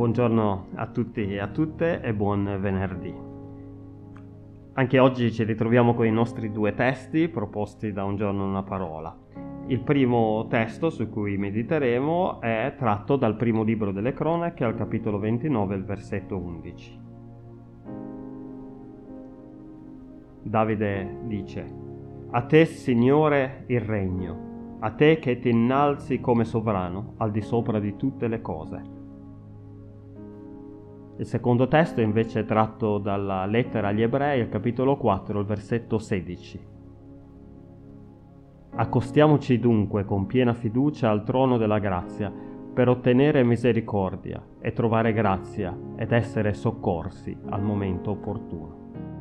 Buongiorno a tutti e a tutte e buon venerdì. Anche oggi ci ritroviamo con i nostri due testi proposti da Un giorno una parola. Il primo testo su cui mediteremo è tratto dal primo libro delle Cronache, al capitolo 29, il versetto 11. Davide dice: «A te, Signore, il regno, a te che ti innalzi come sovrano al di sopra di tutte le cose». Il secondo testo invece è tratto dalla lettera agli Ebrei, al capitolo 4, il versetto 16. «Accostiamoci dunque con piena fiducia al trono della grazia per ottenere misericordia e trovare grazia ed essere soccorsi al momento opportuno».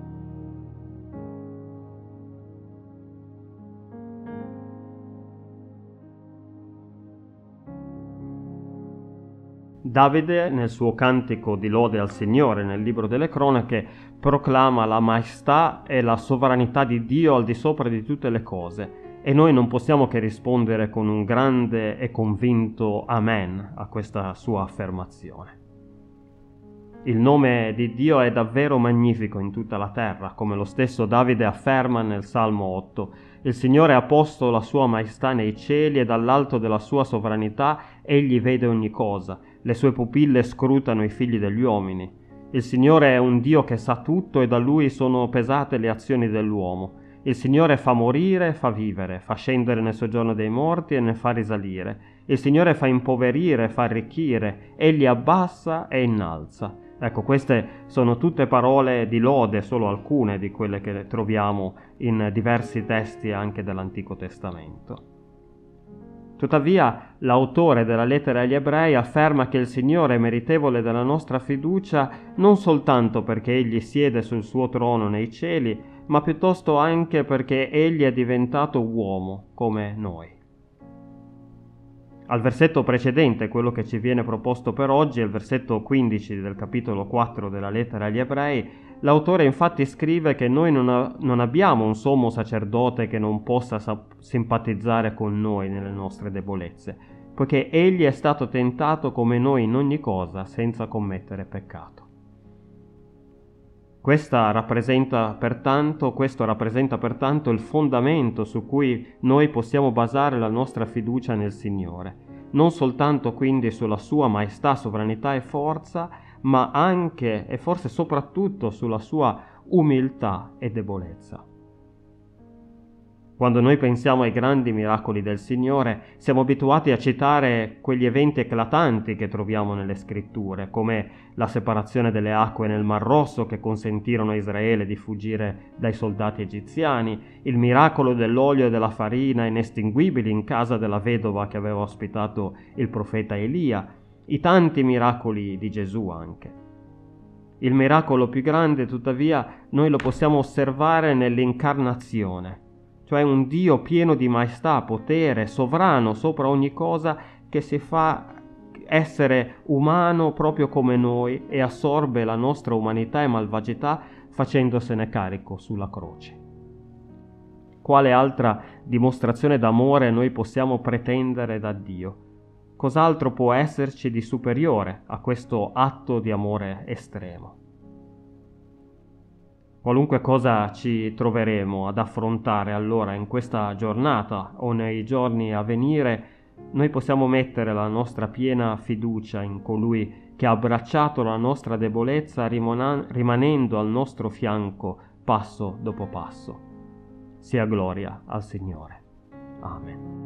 Davide, nel suo cantico di lode al Signore nel libro delle Cronache, proclama la maestà e la sovranità di Dio al di sopra di tutte le cose, e noi non possiamo che rispondere con un grande e convinto Amen a questa sua affermazione. Il nome di Dio è davvero magnifico in tutta la terra, come lo stesso Davide afferma nel Salmo 8. Il Signore ha posto la sua maestà nei cieli e dall'alto della sua sovranità egli vede ogni cosa. Le sue pupille scrutano i figli degli uomini. Il Signore è un Dio che sa tutto e da Lui sono pesate le azioni dell'uomo. Il Signore fa morire e fa vivere, fa scendere nel soggiorno dei morti e ne fa risalire. Il Signore fa impoverire e fa arricchire, egli abbassa e innalza. Ecco, queste sono tutte parole di lode, solo alcune di quelle che troviamo in diversi testi anche dell'Antico Testamento. Tuttavia, l'autore della lettera agli Ebrei afferma che il Signore è meritevole della nostra fiducia non soltanto perché Egli siede sul suo trono nei cieli, ma piuttosto anche perché Egli è diventato uomo come noi. Al versetto precedente, quello che ci viene proposto per oggi, il versetto 15 del capitolo 4 della lettera agli Ebrei, l'autore infatti scrive che noi non abbiamo un sommo sacerdote che non possa simpatizzare con noi nelle nostre debolezze, poiché egli è stato tentato come noi in ogni cosa senza commettere peccato. Questo rappresenta pertanto il fondamento su cui noi possiamo basare la nostra fiducia nel Signore, non soltanto quindi sulla sua maestà, sovranità e forza, ma anche e forse soprattutto sulla sua umiltà e debolezza. Quando noi pensiamo ai grandi miracoli del Signore, siamo abituati a citare quegli eventi eclatanti che troviamo nelle scritture, come la separazione delle acque nel Mar Rosso che consentirono a Israele di fuggire dai soldati egiziani, il miracolo dell'olio e della farina inestinguibili in casa della vedova che aveva ospitato il profeta Elia, i tanti miracoli di Gesù anche. Il miracolo più grande, tuttavia, noi lo possiamo osservare nell'incarnazione, cioè un Dio pieno di maestà, potere, sovrano sopra ogni cosa, che si fa essere umano proprio come noi e assorbe la nostra umanità e malvagità facendosene carico sulla croce. Quale altra dimostrazione d'amore noi possiamo pretendere da Dio? Cos'altro può esserci di superiore a questo atto di amore estremo? Qualunque cosa ci troveremo ad affrontare allora in questa giornata o nei giorni a venire, noi possiamo mettere la nostra piena fiducia in colui che ha abbracciato la nostra debolezza rimanendo al nostro fianco passo dopo passo. Sia gloria al Signore. Amen.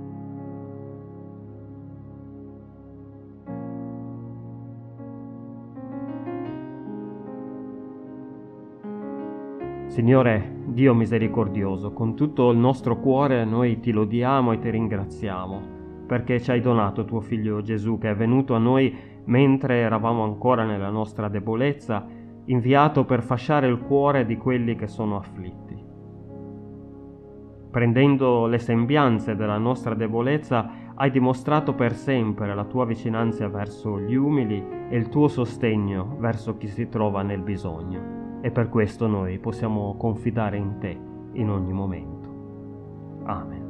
Signore Dio misericordioso, con tutto il nostro cuore noi ti lodiamo e ti ringraziamo, perché ci hai donato tuo Figlio Gesù, che è venuto a noi mentre eravamo ancora nella nostra debolezza, inviato per fasciare il cuore di quelli che sono afflitti. Prendendo le sembianze della nostra debolezza, hai dimostrato per sempre la tua vicinanza verso gli umili e il tuo sostegno verso chi si trova nel bisogno. E per questo noi possiamo confidare in te in ogni momento. Amen.